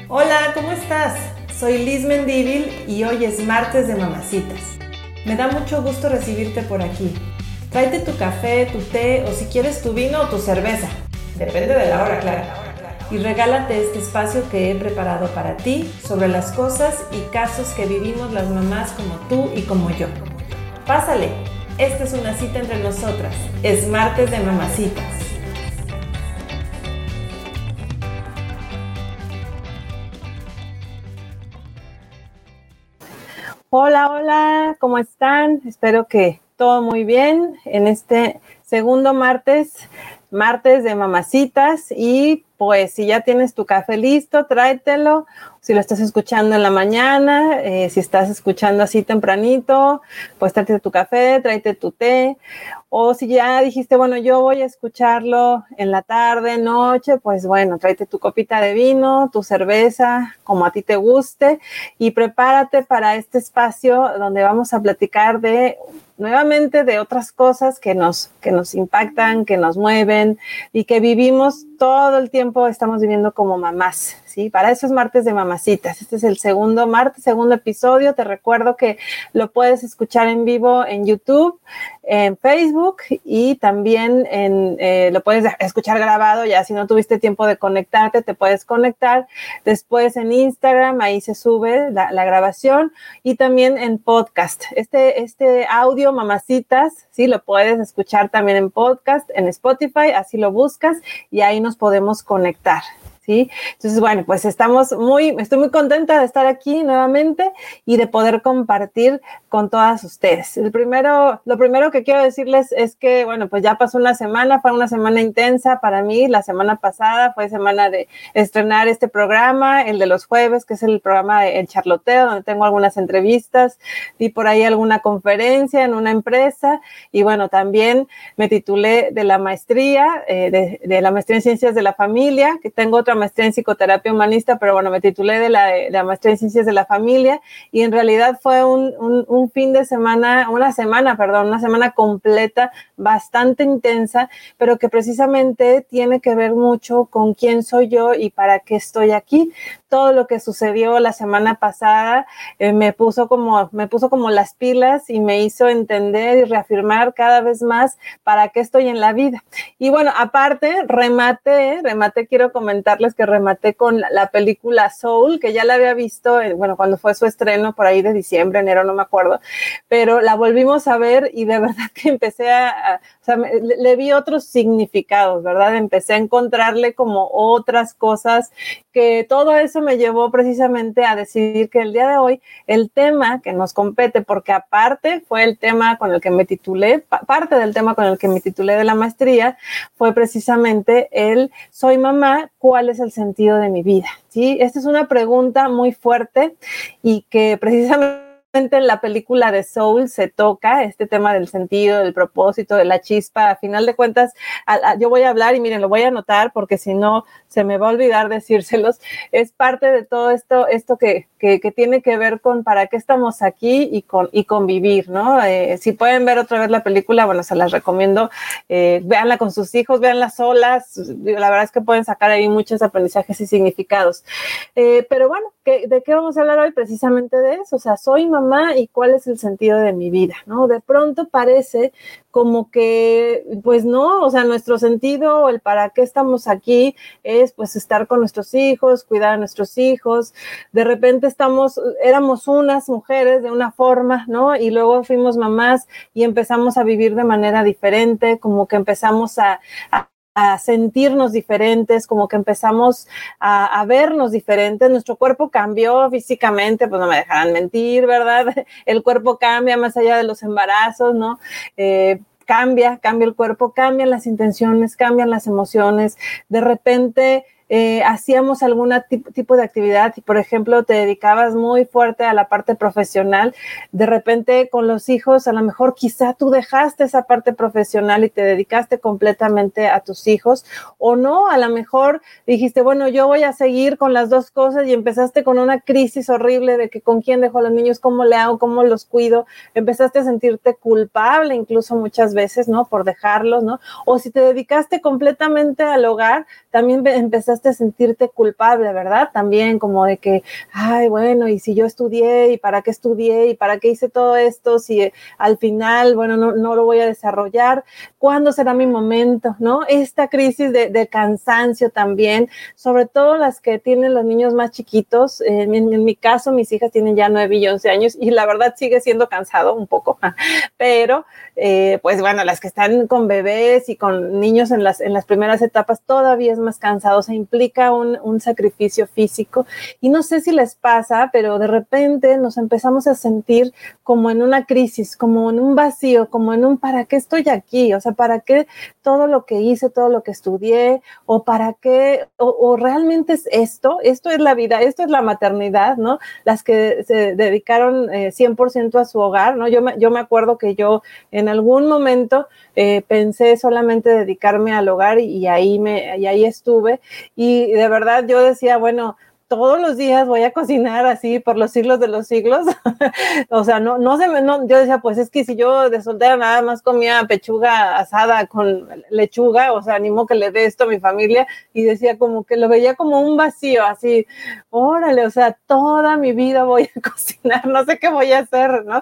Hola, ¿cómo estás? Soy Liz Mendívil y hoy es martes de Mamacitas. Me da mucho gusto recibirte por aquí. Tráete tu café, tu té o si quieres tu vino o tu cerveza. Depende de la hora, claro. Y regálate este espacio que he preparado para ti sobre las cosas y casos que vivimos las mamás como tú y como yo. Pásale, esta es una cita entre nosotras. Es martes de Mamacitas. Hola, hola, ¿cómo están? Espero que todo muy bien en este segundo martes de Mamacitas. Y pues si ya tienes tu café listo, tráetelo. Si lo estás escuchando en la mañana, si estás escuchando así tempranito, pues tráete tu café, tráete tu té. O si ya dijiste, bueno, yo voy a escucharlo en la tarde, noche, pues bueno, tráete tu copita de vino, tu cerveza, como a ti te guste, y prepárate para este espacio donde vamos a platicar nuevamente de otras cosas que nos impactan, que nos mueven y que vivimos todo el tiempo, estamos viviendo como mamás, ¿sí? Para eso es martes de Mamacitas. Este es el segundo episodio. Te recuerdo que lo puedes escuchar en vivo en YouTube, en Facebook y también lo puedes escuchar grabado. Ya si no tuviste tiempo de conectarte, te puedes conectar después en Instagram, ahí se sube la grabación, y también en podcast. Este audio Mamacitas, ¿sí? Lo puedes escuchar también en podcast, en Spotify, así lo buscas y ahí nos podemos conectar, ¿sí? Entonces, bueno, pues estoy muy contenta de estar aquí nuevamente y de poder compartir con todas ustedes. Lo primero que quiero decirles es que, bueno, pues ya pasó una semana, fue una semana intensa para mí. La semana pasada fue semana de estrenar este programa, el de los jueves, que es el programa de El Charloteo, donde tengo algunas entrevistas, di por ahí alguna conferencia en una empresa, y bueno, también me titulé de la maestría, de la maestría en Ciencias de la Familia, que tengo otra maestría en Psicoterapia Humanista, pero bueno, me titulé de la maestría en Ciencias de la Familia, y en realidad fue una semana completa, bastante intensa, pero que precisamente tiene que ver mucho con quién soy yo y para qué estoy aquí. Todo lo que sucedió la semana pasada me puso como las pilas y me hizo entender y reafirmar cada vez más para qué estoy en la vida. Y bueno, aparte, rematé, quiero comentarles que rematé con la película Soul, que ya la había visto, cuando fue su estreno por ahí de diciembre, enero, no me acuerdo, pero la volvimos a ver y de verdad que empecé le vi otros significados, ¿verdad? Empecé a encontrarle como otras cosas, que todo eso me llevó precisamente a decidir que el día de hoy el tema que nos compete, porque aparte fue el tema con el que me titulé, parte del tema con el que me titulé de la maestría, fue precisamente el soy mamá, ¿cuál es el sentido de mi vida? ¿Sí? Esta es una pregunta muy fuerte y que precisamente en la película de Soul se toca este tema del sentido, del propósito, de la chispa. A final de cuentas, yo voy a hablar y miren, lo voy a anotar porque si no se me va a olvidar decírselos. Es parte de todo esto que tiene que ver con para qué estamos aquí y con vivir, ¿no? Si pueden ver otra vez la película, bueno, se las recomiendo. Véanla con sus hijos, véanla solas. La verdad es que pueden sacar ahí muchos aprendizajes y significados. Pero bueno, ¿de qué vamos a hablar hoy? Precisamente de eso. O sea, soy mamá y cuál es el sentido de mi vida, ¿no? De pronto parece como que, pues no, o sea, nuestro sentido o el para qué estamos aquí es pues estar con nuestros hijos, cuidar a nuestros hijos. De repente éramos unas mujeres de una forma, ¿no? Y luego fuimos mamás y empezamos a vivir de manera diferente, como que empezamos a sentirnos diferentes, como que empezamos a vernos diferentes. Nuestro cuerpo cambió físicamente, pues no me dejarán mentir, ¿verdad? El cuerpo cambia más allá de los embarazos, ¿no? Cambia el cuerpo, cambian las intenciones, cambian las emociones. De repente hacíamos algún tipo de actividad y, por ejemplo, te dedicabas muy fuerte a la parte profesional. De repente con los hijos, a lo mejor quizá tú dejaste esa parte profesional y te dedicaste completamente a tus hijos, o no, a lo mejor dijiste, bueno, yo voy a seguir con las dos cosas, y empezaste con una crisis horrible de que con quién dejo a los niños, cómo le hago, cómo los cuido. Empezaste a sentirte culpable incluso muchas veces, ¿no? Por dejarlos, ¿no? O si te dedicaste completamente al hogar, también empezaste empezaste a sentirte culpable, ¿verdad? También como de que, ay, bueno, y si yo estudié, y para qué hice todo esto, si al final, bueno, no lo voy a desarrollar, ¿cuándo será mi momento, no? Esta crisis de cansancio también, sobre todo las que tienen los niños más chiquitos. En mi caso, mis hijas tienen ya 9 y 11 años y la verdad sigue siendo cansado un poco, pero pues bueno, las que están con bebés y con niños en las primeras etapas todavía es más cansado, o sea, implica un sacrificio físico. Y no sé si les pasa, pero de repente nos empezamos a sentir como en una crisis, como en un vacío, como en un ¿para qué estoy aquí? O sea, ¿para qué todo lo que hice, todo lo que estudié? ¿O para qué? ¿O realmente es esto? Esto es la vida, esto es la maternidad, ¿no? Las que se dedicaron 100% a su hogar, ¿no? Yo me acuerdo que yo en algún momento pensé solamente dedicarme al hogar y ahí estuve. Y de verdad yo decía, bueno, todos los días voy a cocinar así por los siglos de los siglos. O sea, yo decía, pues es que si yo de soltera nada más comía pechuga asada con lechuga, o sea, animo que le dé esto a mi familia, y decía como que lo veía como un vacío, así, órale, o sea, toda mi vida voy a cocinar, no sé qué voy a hacer, ¿no?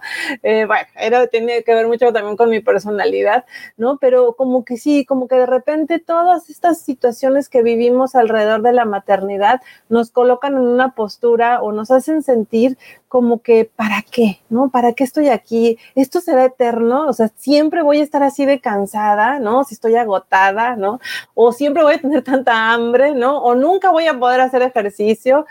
Bueno, tenía que ver mucho también con mi personalidad, ¿no? Pero como que sí, como que de repente todas estas situaciones que vivimos alrededor de la maternidad nos colocan en una postura o nos hacen sentir como que ¿para qué? ¿No? ¿Para qué estoy aquí? ¿Esto será eterno? O sea, siempre voy a estar así de cansada, ¿no? Si estoy agotada, ¿no? O siempre voy a tener tanta hambre, ¿no? O nunca voy a poder hacer ejercicio,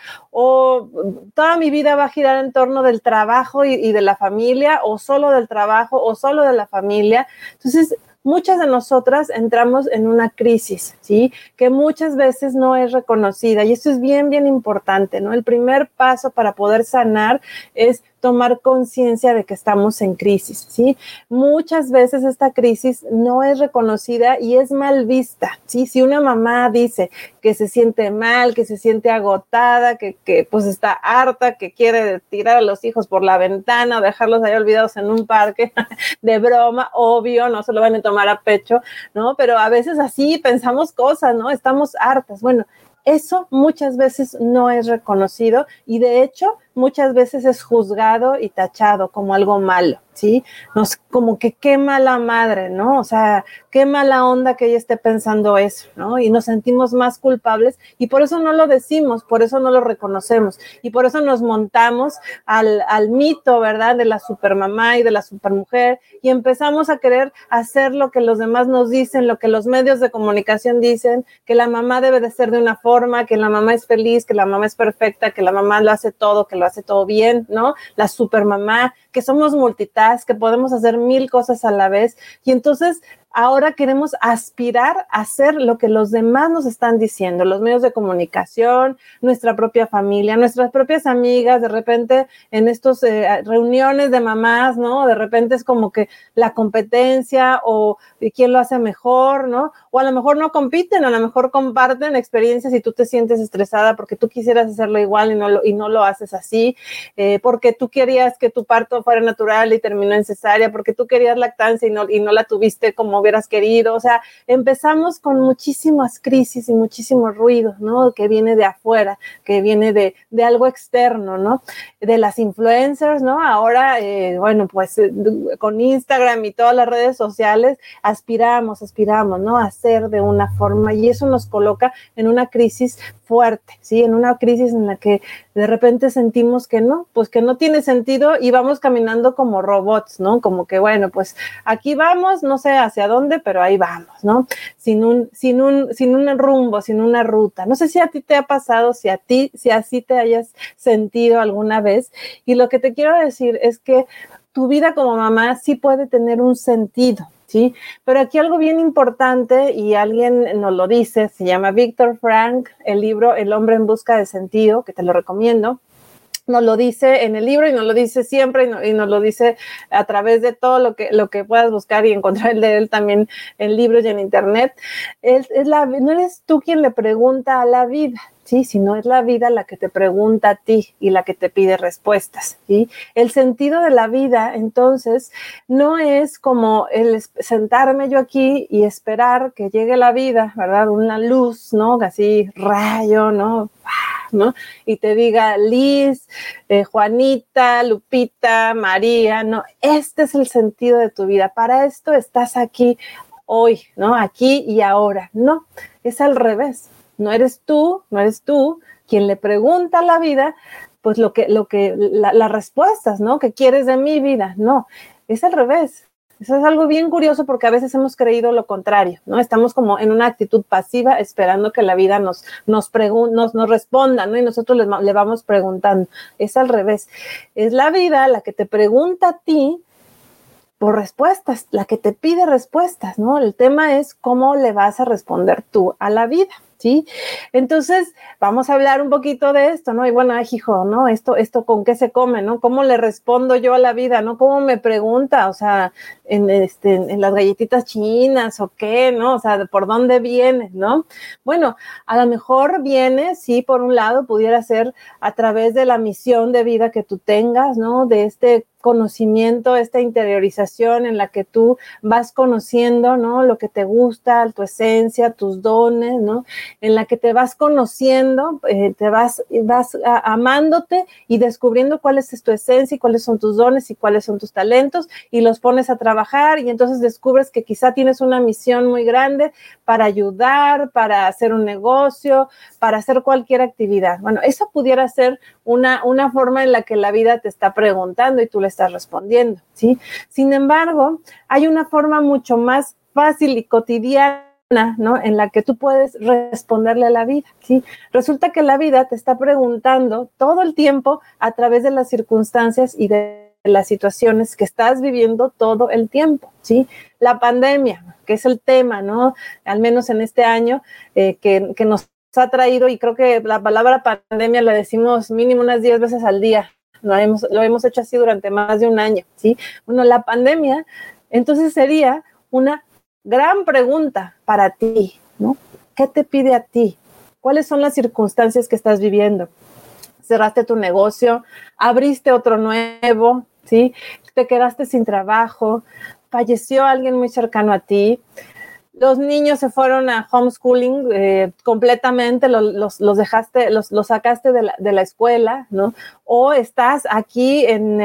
o toda mi vida va a girar en torno del trabajo y de la familia, o solo del trabajo, o solo de la familia. Entonces, muchas de nosotras entramos en una crisis, ¿sí? Que muchas veces no es reconocida, y esto es bien, bien importante, ¿no? El primer paso para poder sanar es tomar conciencia de que estamos en crisis, ¿sí? Muchas veces esta crisis no es reconocida y es mal vista, ¿sí? Si una mamá dice que se siente mal, que se siente agotada, que pues está harta, que quiere tirar a los hijos por la ventana o dejarlos ahí olvidados en un parque, de broma, obvio, no se lo van a tomar a pecho, ¿no? Pero a veces así pensamos cosas, ¿no? Estamos hartas. Bueno, eso muchas veces no es reconocido y de hecho muchas veces es juzgado y tachado como algo malo, ¿sí? Como que qué mala madre, ¿no? O sea, qué mala onda que ella esté pensando eso, ¿no? Y nos sentimos más culpables y por eso no lo decimos, por eso no lo reconocemos y por eso nos montamos al mito, ¿verdad? De la supermamá y de la supermujer y empezamos a querer hacer lo que los demás nos dicen, lo que los medios de comunicación dicen, que la mamá debe de ser de una forma, que la mamá es feliz, que la mamá es perfecta, que la mamá lo hace todo, que lo hace todo bien, ¿no? La supermamá, que somos multitask, que podemos hacer 1000 cosas a la vez. Y entonces ahora queremos aspirar a hacer lo que los demás nos están diciendo, los medios de comunicación, nuestra propia familia, nuestras propias amigas, de repente en estos reuniones de mamás, ¿no? De repente es como que la competencia o quién lo hace mejor, ¿no? O a lo mejor no compiten, a lo mejor comparten experiencias y tú te sientes estresada porque tú quisieras hacerlo igual y no lo haces así, porque tú querías que tu parto fuera natural y terminó en cesárea, porque tú querías lactancia y no la tuviste como hubieras querido. O sea, empezamos con muchísimas crisis y muchísimo ruido, ¿no? Que viene de afuera, que viene de algo externo, ¿no? De las influencers, ¿no? Ahora, bueno, pues con Instagram y todas las redes sociales aspiramos, ¿no? A ser de una forma y eso nos coloca en una crisis fuerte, ¿sí? En una crisis en la que de repente sentimos que no, pues que no tiene sentido y vamos caminando como robots, ¿no? Como que, bueno, pues aquí vamos, no sé hacia dónde, pero ahí vamos, ¿no? Sin un rumbo, sin una ruta. No sé si a ti te ha pasado, si así te hayas sentido alguna vez. Y lo que te quiero decir es que tu vida como mamá sí puede tener un sentido, ¿sí? Pero aquí algo bien importante, y alguien nos lo dice, se llama Viktor Frankl, el libro El hombre en busca de sentido, que te lo recomiendo. nos lo dice en el libro y nos lo dice siempre y nos lo dice a través de todo lo que puedas buscar y encontrar de él también en libros y en internet. No eres tú quien le pregunta a la vida, ¿sí? Sino es la vida la que te pregunta a ti y la que te pide respuestas, ¿sí? El sentido de la vida, entonces, no es como el sentarme yo aquí y esperar que llegue la vida, ¿verdad? Una luz, ¿no? Así, rayo, ¿no? ¿No? Y te diga Liz, Juanita, Lupita, María, no, este es el sentido de tu vida, para esto estás aquí hoy, ¿no? Aquí y ahora, no, es al revés, no eres tú quien le pregunta a la vida, pues las respuestas, ¿no? ¿Qué quieres de mi vida? No, es al revés. Eso es algo bien curioso porque a veces hemos creído lo contrario, ¿no? Estamos como en una actitud pasiva esperando que la vida nos responda, ¿no? Y nosotros le vamos preguntando. Es al revés. Es la vida la que te pregunta a ti por respuestas, la que te pide respuestas, ¿no? El tema es cómo le vas a responder tú a la vida, ¿sí? Entonces, vamos a hablar un poquito de esto, ¿no? Y bueno, ay, hijo, ¿no? Esto ¿con qué se come, no? ¿Cómo le respondo yo a la vida, no? ¿Cómo me pregunta? O sea, en las galletitas chinas o qué, ¿no? O sea, ¿por dónde viene, no? Bueno, a lo mejor viene, sí, por un lado, pudiera ser a través de la misión de vida que tú tengas, ¿no? De este conocimiento, esta interiorización en la que tú vas conociendo, ¿no? Lo que te gusta, tu esencia, tus dones, ¿no? En la que te vas conociendo, te vas amándote y descubriendo cuál es tu esencia y cuáles son tus dones y cuáles son tus talentos y los pones a trabajar y entonces descubres que quizá tienes una misión muy grande para ayudar, para hacer un negocio, para hacer cualquier actividad. Bueno, esa pudiera ser una forma en la que la vida te está preguntando y tú le estás respondiendo, ¿sí? Sin embargo, hay una forma mucho más fácil y cotidiana, ¿no? En la que tú puedes responderle a la vida, ¿sí? Resulta que la vida te está preguntando todo el tiempo a través de las circunstancias y de las situaciones que estás viviendo todo el tiempo, ¿sí? La pandemia, que es el tema, ¿no? Al menos en este año, que nos ha traído, y creo que la palabra pandemia la decimos mínimo unas 10 veces al día, lo hemos hecho así durante más de un año, ¿sí? Bueno, la pandemia, entonces sería una gran pregunta para ti, ¿no? ¿Qué te pide a ti? ¿Cuáles son las circunstancias que estás viviendo? ¿Cerraste tu negocio? ¿Abriste otro nuevo? ¿Sí? ¿Te quedaste sin trabajo? ¿Falleció alguien muy cercano a ti? Los niños se fueron a homeschooling completamente, los sacaste de la escuela, ¿no? O estás aquí en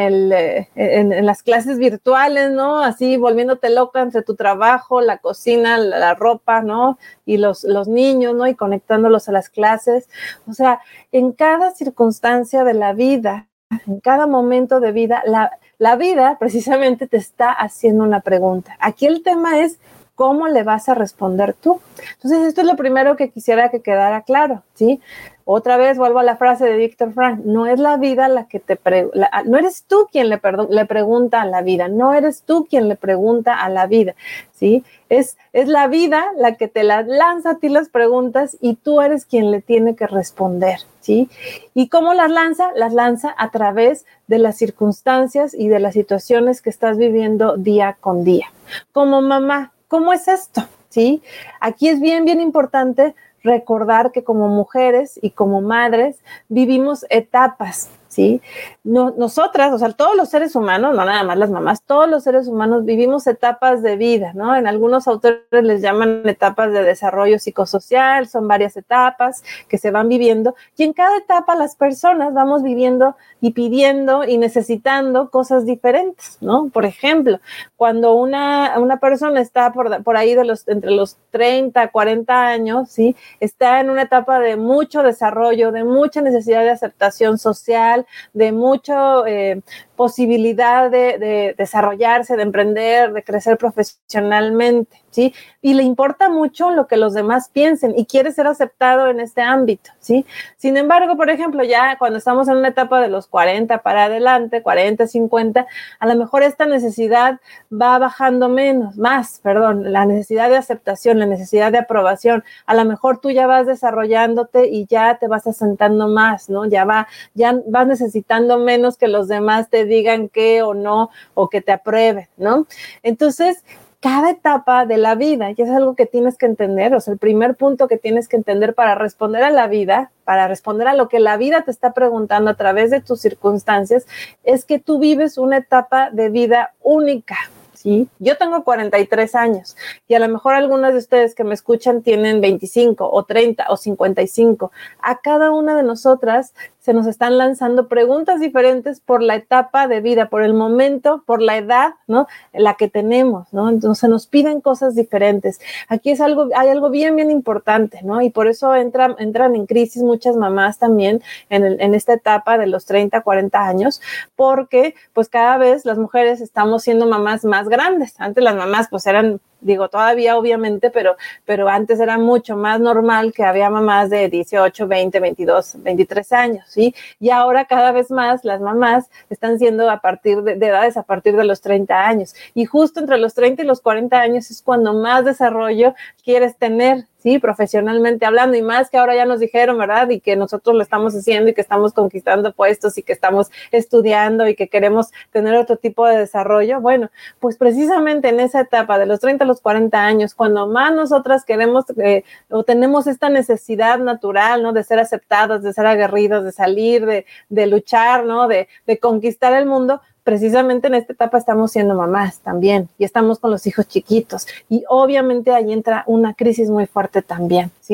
las clases virtuales, ¿no? Así volviéndote loca entre tu trabajo, la cocina, la ropa, ¿no? Y los niños, ¿no? Y conectándolos a las clases. O sea, en cada circunstancia de la vida, en cada momento de vida, la vida precisamente te está haciendo una pregunta. Aquí el tema es ¿cómo le vas a responder tú? Entonces, esto es lo primero que quisiera que quedara claro, ¿sí? Otra vez vuelvo a la frase de Víctor Frank, no es la vida la que no eres tú quien le pregunta a la vida, no eres tú quien le pregunta a la vida, ¿sí? Es la vida la que te lanza a ti las preguntas y tú eres quien le tiene que responder, ¿sí? ¿Y cómo las lanza? Las lanza a través de las circunstancias y de las situaciones que estás viviendo día con día. Como mamá, ¿cómo es esto? ¿Sí? Aquí es bien, bien importante recordar que como mujeres y como madres vivimos etapas, ¿sí? Nosotras, o sea, todos los seres humanos, no nada más las mamás, todos los seres humanos vivimos etapas de vida, ¿no? En algunos autores les llaman etapas de desarrollo psicosocial, son varias etapas que se van viviendo y en cada etapa las personas vamos viviendo y pidiendo y necesitando cosas diferentes, ¿no? Por ejemplo, cuando una persona está por ahí entre los 30, 40 años, ¿sí? Está en una etapa de mucho desarrollo, de mucha necesidad de aceptación social, de mucho posibilidad de desarrollarse, de emprender, de crecer profesionalmente, ¿sí? Y le importa mucho lo que los demás piensen y quiere ser aceptado en este ámbito, ¿sí? Sin embargo, por ejemplo, ya cuando estamos en una etapa de los 40 para adelante, 40, 50, a lo mejor esta necesidad va bajando la necesidad de aceptación, la necesidad de aprobación. A lo mejor tú ya vas desarrollándote y ya te vas asentando más, ¿no? Ya vas necesitando menos que los demás te digan qué o no, o que te aprueben, ¿no? Entonces, cada etapa de la vida, y es algo que tienes que entender, o sea, el primer punto que tienes que entender para responder a la vida, para responder a lo que la vida te está preguntando a través de tus circunstancias, es que tú vives una etapa de vida única, ¿sí? Yo tengo 43 años y a lo mejor algunos de ustedes que me escuchan tienen 25 o 30 o 55. A cada una de nosotras se nos están lanzando preguntas diferentes por la etapa de vida, por el momento, por la edad, ¿no? La que tenemos, ¿no? Entonces se nos piden cosas diferentes. Aquí hay algo bien, bien importante, ¿no? Y por eso entran en crisis muchas mamás también en esta etapa de los 30, 40 años, porque pues cada vez las mujeres estamos siendo mamás más grandes. Antes las mamás pues eran, digo, todavía obviamente, pero antes era mucho más normal que había mamás de 18, 20, 22, 23 años, ¿sí? Y ahora cada vez más las mamás están siendo a partir de edades a partir de los 30 años. Y justo entre los 30 y los 40 años es cuando más desarrollo quieres tener, ¿sí? Profesionalmente hablando, y más que ahora ya nos dijeron, ¿verdad? Y que nosotros lo estamos haciendo y que estamos conquistando puestos y que estamos estudiando y que queremos tener otro tipo de desarrollo. Bueno, pues precisamente en esa etapa de los 30 a los 40 años, cuando más nosotras queremos o tenemos esta necesidad natural, ¿no? De ser aceptadas, de ser aguerridas, de salir, de luchar, ¿no? De conquistar el mundo. Precisamente en esta etapa estamos siendo mamás también y estamos con los hijos chiquitos y obviamente ahí entra una crisis muy fuerte también, ¿sí?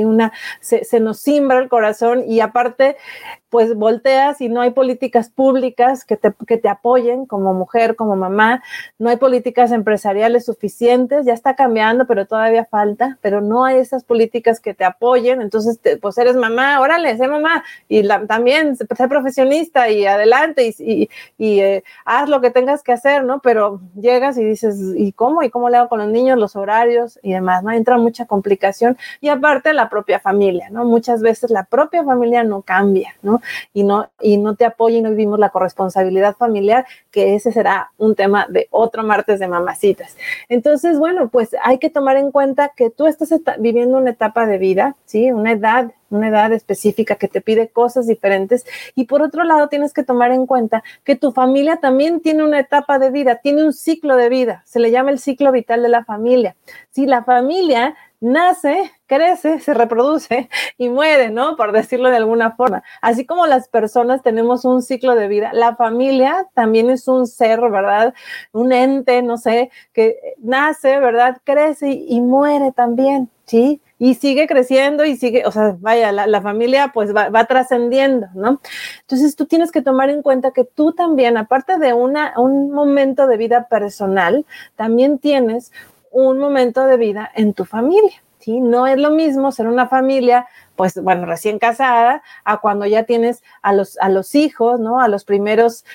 Se nos cimbra el corazón y aparte pues volteas y no hay políticas públicas que te apoyen como mujer, como mamá, no hay políticas empresariales suficientes, ya está cambiando, pero todavía falta, pero no hay esas políticas que te apoyen, entonces pues eres mamá, órale, sé mamá, y también sé profesionista y adelante y haz lo que tengas que hacer, ¿no? Pero llegas y dices, ¿y cómo? ¿Y cómo le hago con los niños, los horarios y demás, ¿no? Entra mucha complicación y aparte la propia familia, ¿no? Muchas veces la propia familia no cambia, ¿no? Y no te apoya y no vivimos la corresponsabilidad familiar, que ese será un tema de otro martes de mamacitas. Entonces, bueno, pues hay que tomar en cuenta que tú estás viviendo una etapa de vida, ¿sí? Una edad específica que te pide cosas diferentes y por otro lado tienes que tomar en cuenta que tu familia también tiene una etapa de vida, tiene un ciclo de vida, se le llama el ciclo vital de la familia. Si la familia nace, crece, se reproduce y muere, ¿no? Por decirlo de alguna forma. Así como las personas tenemos un ciclo de vida, la familia también es un ser, ¿verdad? Un ente, no sé, que nace, ¿verdad? Crece y muere también, ¿sí? Y sigue creciendo y sigue, o sea, vaya, la familia pues va trascendiendo, ¿no? Entonces tú tienes que tomar en cuenta que tú también, aparte de un momento de vida personal, también tienes un momento de vida en tu familia, ¿sí? No es lo mismo ser una familia, pues, bueno, recién casada, a cuando ya tienes a los hijos, ¿no? A los primeros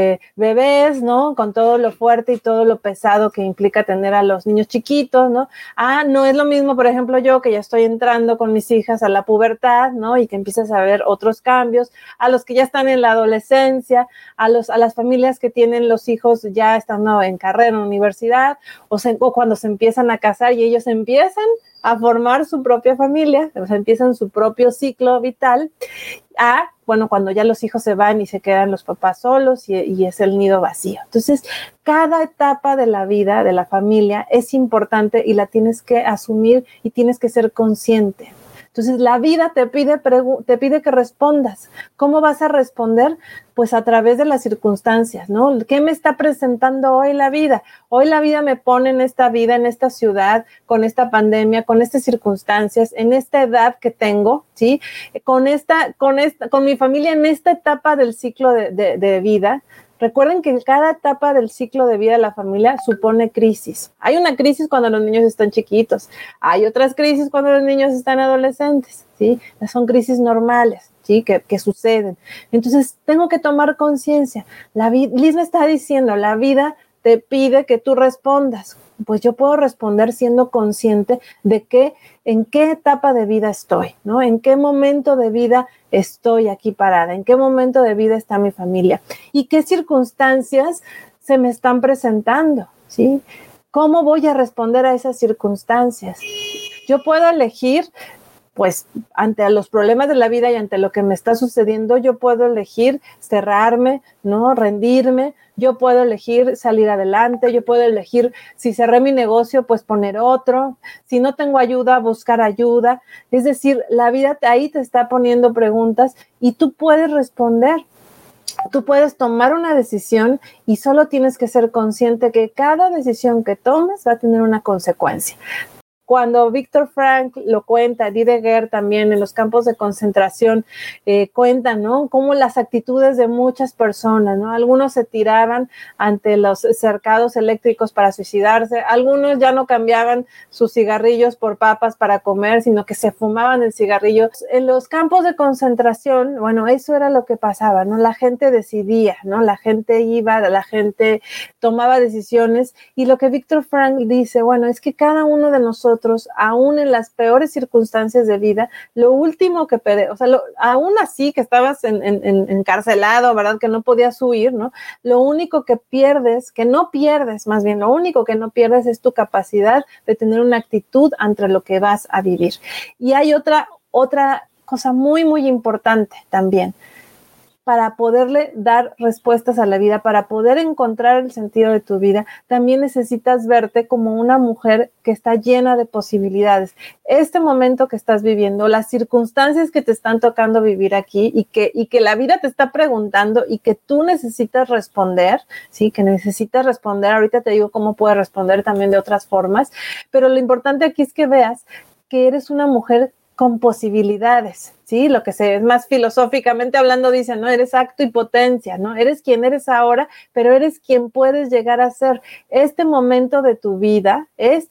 bebés, ¿no? Con todo lo fuerte y todo lo pesado que implica tener a los niños chiquitos, ¿no? No es lo mismo, por ejemplo, yo que ya estoy entrando con mis hijas a la pubertad, ¿no? Y que empiezas a ver otros cambios, a los que ya están en la adolescencia, a las familias que tienen los hijos ya estando en carrera, en universidad, o cuando se empiezan a casar y ellos empiezan a formar su propia familia, o sea, empiezan su propio ciclo vital, bueno, cuando ya los hijos se van y se quedan los papás solos y es el nido vacío. Entonces, cada etapa de la vida, de la familia, es importante y la tienes que asumir y tienes que ser consciente. Entonces, la vida te pide que respondas. ¿Cómo vas a responder? Pues a través de las circunstancias, ¿no? ¿Qué me está presentando hoy la vida? Hoy la vida me pone en esta vida, en esta ciudad, con esta pandemia, con estas circunstancias, en esta edad que tengo, ¿sí? Con mi familia en esta etapa del ciclo de vida. Recuerden que cada etapa del ciclo de vida de la familia supone crisis. Hay una crisis cuando los niños están chiquitos. Hay otras crisis cuando los niños están adolescentes, ¿sí? Son crisis normales. ¿sí? Que suceden. Entonces, tengo que tomar conciencia. Liz me está diciendo, la vida te pide que tú respondas. Pues yo puedo responder siendo consciente de en qué etapa de vida estoy, ¿no? En qué momento de vida estoy aquí parada, en qué momento de vida está mi familia y qué circunstancias se me están presentando, ¿sí? ¿Cómo voy a responder a esas circunstancias? Yo puedo elegir, pues, ante los problemas de la vida y ante lo que me está sucediendo, yo puedo elegir cerrarme, ¿no? Rendirme. Yo puedo elegir salir adelante, yo puedo elegir, si cerré mi negocio, pues poner otro. Si no tengo ayuda, buscar ayuda. Es decir, la vida ahí te está poniendo preguntas y tú puedes responder. Tú puedes tomar una decisión y solo tienes que ser consciente que cada decisión que tomes va a tener una consecuencia. Cuando Viktor Frankl lo cuenta, Heidegger también en los campos de concentración cuentan, ¿no? Cómo las actitudes de muchas personas, ¿no? Algunos se tiraban ante los cercados eléctricos para suicidarse, algunos ya no cambiaban sus cigarrillos por papas para comer, sino que se fumaban el cigarrillo. En los campos de concentración, bueno, eso era lo que pasaba, ¿no? La gente decidía, ¿no? La gente iba, la gente tomaba decisiones y lo que Viktor Frankl dice, bueno, es que cada uno de nosotros, aún en las peores circunstancias de vida, lo último que aún así que estabas encarcelado, ¿verdad? Que no podías huir, ¿no? Lo único que pierdes, lo único que no pierdes es tu capacidad de tener una actitud ante lo que vas a vivir. Y hay otra cosa muy, muy importante también. Para poderle dar respuestas a la vida, para poder encontrar el sentido de tu vida, también necesitas verte como una mujer que está llena de posibilidades. Este momento que estás viviendo, las circunstancias que te están tocando vivir aquí y que la vida te está preguntando y que tú necesitas responder, ¿sí? Que necesitas responder. Ahorita te digo cómo puedes responder también de otras formas, pero lo importante aquí es que veas que eres una mujer con posibilidades, ¿sí? Lo que es más filosóficamente hablando dice, ¿no? Eres acto y potencia, ¿no? Eres quien eres ahora, pero eres quien puedes llegar a ser. Este momento de tu vida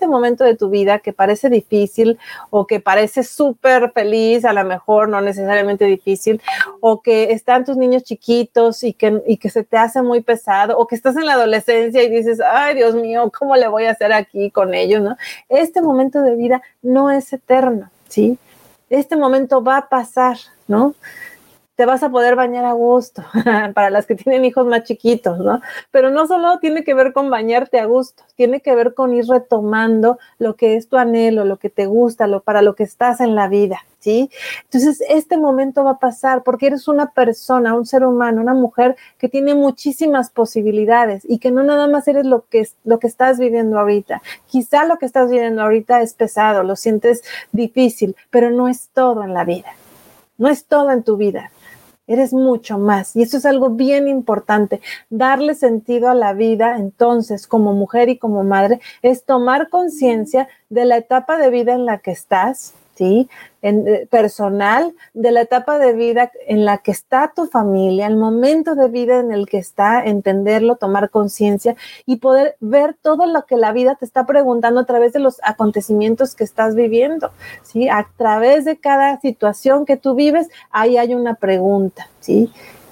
que parece difícil o que parece súper feliz, a lo mejor no necesariamente difícil, o que están tus niños chiquitos y que se te hace muy pesado, o que estás en la adolescencia y dices, ay, Dios mío, ¿cómo le voy a hacer aquí con ellos, no? Este momento de vida no es eterno, ¿sí? Este momento va a pasar, ¿no? Te vas a poder bañar a gusto, para las que tienen hijos más chiquitos, ¿no? Pero no solo tiene que ver con bañarte a gusto, tiene que ver con ir retomando lo que es tu anhelo, lo que te gusta, para lo que estás en la vida, ¿sí? Entonces, este momento va a pasar porque eres una persona, un ser humano, una mujer que tiene muchísimas posibilidades y que no nada más eres lo que estás viviendo ahorita. Quizá lo que estás viviendo ahorita es pesado, lo sientes difícil, pero no es todo en la vida. No es todo en tu vida. Eres mucho más y eso es algo bien importante, darle sentido a la vida. Entonces, como mujer y como madre, es tomar conciencia de la etapa de vida en la que estás, ¿sí? Personal, de la etapa de vida en la que está tu familia, el momento de vida en el que está, entenderlo, tomar conciencia y poder ver todo lo que la vida te está preguntando a través de los acontecimientos que estás viviendo, ¿sí? A través de cada situación que tú vives, ahí hay una pregunta, ¿sí?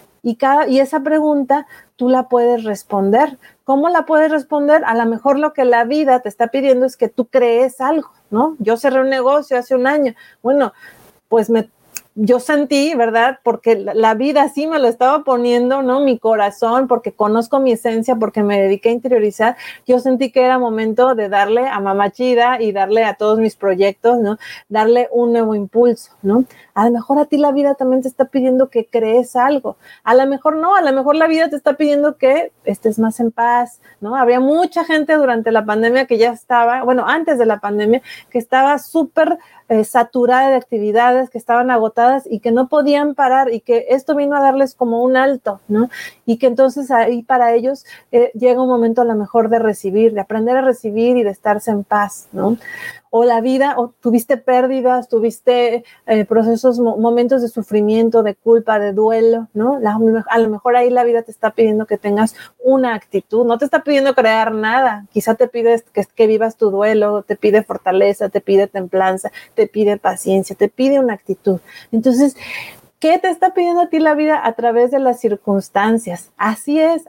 Y esa pregunta tú la puedes responder. ¿Cómo la puedes responder? A lo mejor lo que la vida te está pidiendo es que tú crees algo, ¿no? Yo cerré un negocio hace un año. Bueno, pues yo sentí, ¿verdad? Porque la vida así me lo estaba poniendo, ¿no? Mi corazón, porque conozco mi esencia, porque me dediqué a interiorizar. Yo sentí que era momento de darle a Mamá Chida y darle a todos mis proyectos, ¿no? Darle un nuevo impulso, ¿no? A lo mejor a ti la vida también te está pidiendo que crees algo. A lo mejor no, a lo mejor la vida te está pidiendo que estés más en paz, ¿no? Había mucha gente durante la pandemia que ya estaba, bueno, antes de la pandemia, que estaba súper saturada de actividades, que estaban agotadas y que no podían parar y que esto vino a darles como un alto, ¿no? Y que entonces ahí para ellos llega un momento a lo mejor de recibir, de aprender a recibir y de estarse en paz, ¿no? O la vida, o tuviste pérdidas, tuviste procesos, momentos de sufrimiento, de culpa, de duelo, ¿no? A lo mejor ahí la vida te está pidiendo que tengas una actitud, no te está pidiendo crear nada, quizá te pide que vivas tu duelo, te pide fortaleza, te pide templanza, te pide paciencia, te pide una actitud. Entonces, ¿Qué te está pidiendo a ti la vida a través de las circunstancias? Así es,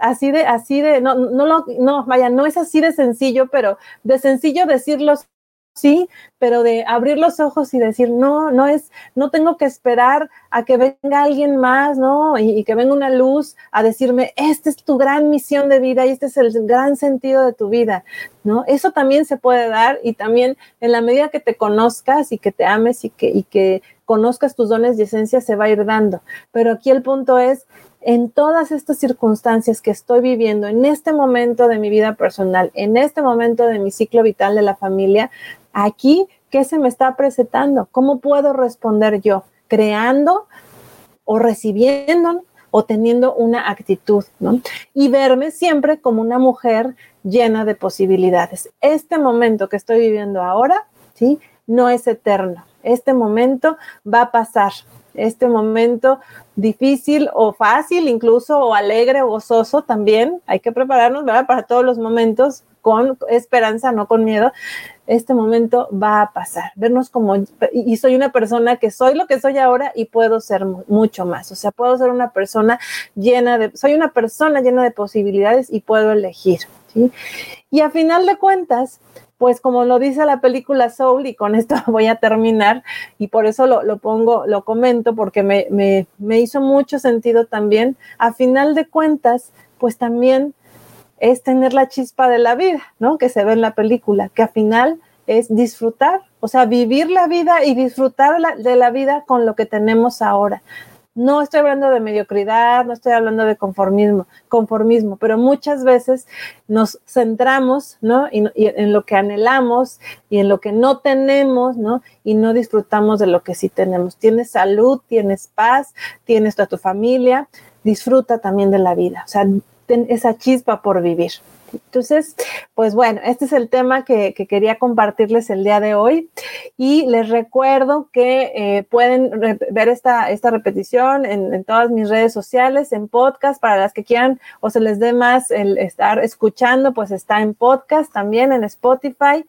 no es así de sencillo, pero de sencillo decirlo sí, pero de abrir los ojos y decir, no tengo que esperar a que venga alguien más, ¿no? Y que venga una luz a decirme, esta es tu gran misión de vida y este es el gran sentido de tu vida, ¿no? Eso también se puede dar, y también en la medida que te conozcas y que te ames y que conozcas tus dones y esencias, se va a ir dando. Pero aquí el punto es, en todas estas circunstancias que estoy viviendo, en este momento de mi vida personal, en este momento de mi ciclo vital de la familia, aquí, ¿qué se me está presentando? ¿Cómo puedo responder yo? ¿Creando o recibiendo o teniendo una actitud, ¿no? Y verme siempre como una mujer llena de posibilidades. Este momento que estoy viviendo ahora, ¿sí? No es eterno. Este momento va a pasar. Este momento difícil o fácil, incluso, o alegre o gozoso también. Hay que prepararnos, ¿verdad? Para todos los momentos con esperanza, no con miedo. Este momento va a pasar. Vernos como, y soy una persona que soy lo que soy ahora y puedo ser mucho más. O sea, puedo ser una persona soy una persona llena de posibilidades y puedo elegir, ¿sí? Y a final de cuentas, pues como lo dice la película Soul, y con esto voy a terminar, y por eso lo comento, porque me hizo mucho sentido también. A final de cuentas, pues también es tener la chispa de la vida, ¿no? Que se ve en la película, que al final es disfrutar, o sea, vivir la vida y disfrutar de la vida con lo que tenemos ahora. No estoy hablando de mediocridad, no estoy hablando de conformismo, pero muchas veces nos centramos, ¿no? Y en lo que anhelamos y en lo que no tenemos, ¿no? Y no disfrutamos de lo que sí tenemos. Tienes salud, tienes paz, tienes toda tu familia, disfruta también de la vida, o sea, ten esa chispa por vivir. Entonces, pues bueno, este es el tema que quería compartirles el día de hoy, y les recuerdo que pueden ver esta repetición en todas mis redes sociales, en podcast, para las que quieran o se les dé más el estar escuchando, pues está en podcast también, en Spotify.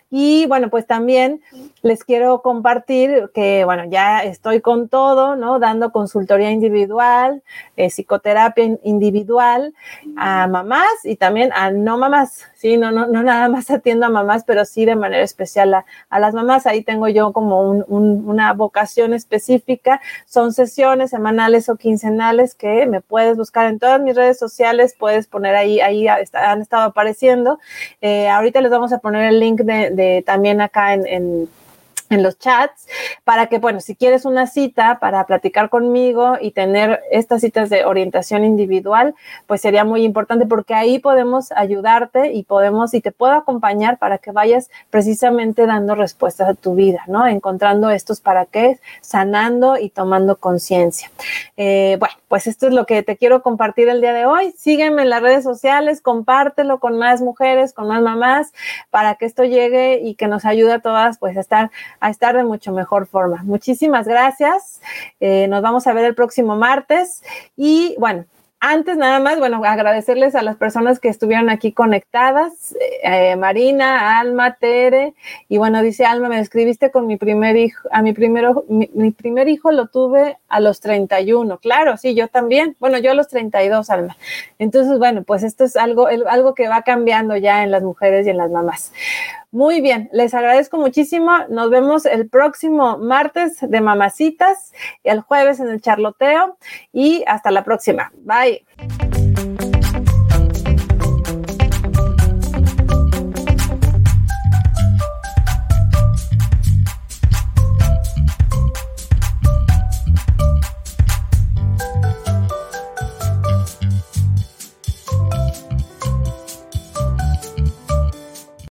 Y bueno, pues también les quiero compartir que, bueno, ya estoy con todo, ¿no? Dando consultoría individual, psicoterapia individual a mamás y también a no mamás, ¿sí? No nada más atiendo a mamás, pero sí de manera especial a las mamás. Ahí tengo yo como una vocación específica. Son sesiones semanales o quincenales que me puedes buscar en todas mis redes sociales, puedes poner ahí han estado apareciendo. Ahorita les vamos a poner el link de también acá en los chats, para que, bueno, si quieres una cita para platicar conmigo y tener estas citas de orientación individual, pues sería muy importante, porque ahí podemos ayudarte y te puedo acompañar para que vayas precisamente dando respuestas a tu vida, ¿no? Encontrando estos para qué, sanando y tomando conciencia. Bueno, pues esto es lo que te quiero compartir el día de hoy. Sígueme en las redes sociales, compártelo con más mujeres, con más mamás, para que esto llegue y que nos ayude a todas, pues, a estar de mucho mejor forma. Muchísimas gracias. Nos vamos a ver el próximo martes. Y bueno, antes nada más, bueno, agradecerles a las personas que estuvieron aquí conectadas, Marina, Alma, Tere, y bueno, dice Alma, me escribiste con mi primer hijo, mi primer hijo lo tuve a los 31, claro, sí, yo también, bueno, yo a los 32, Alma. Entonces, bueno, pues esto es algo que va cambiando ya en las mujeres y en las mamás. Muy bien, les agradezco muchísimo. Nos vemos el próximo martes de Mamacitas y el jueves en el charloteo, y hasta la próxima. Bye.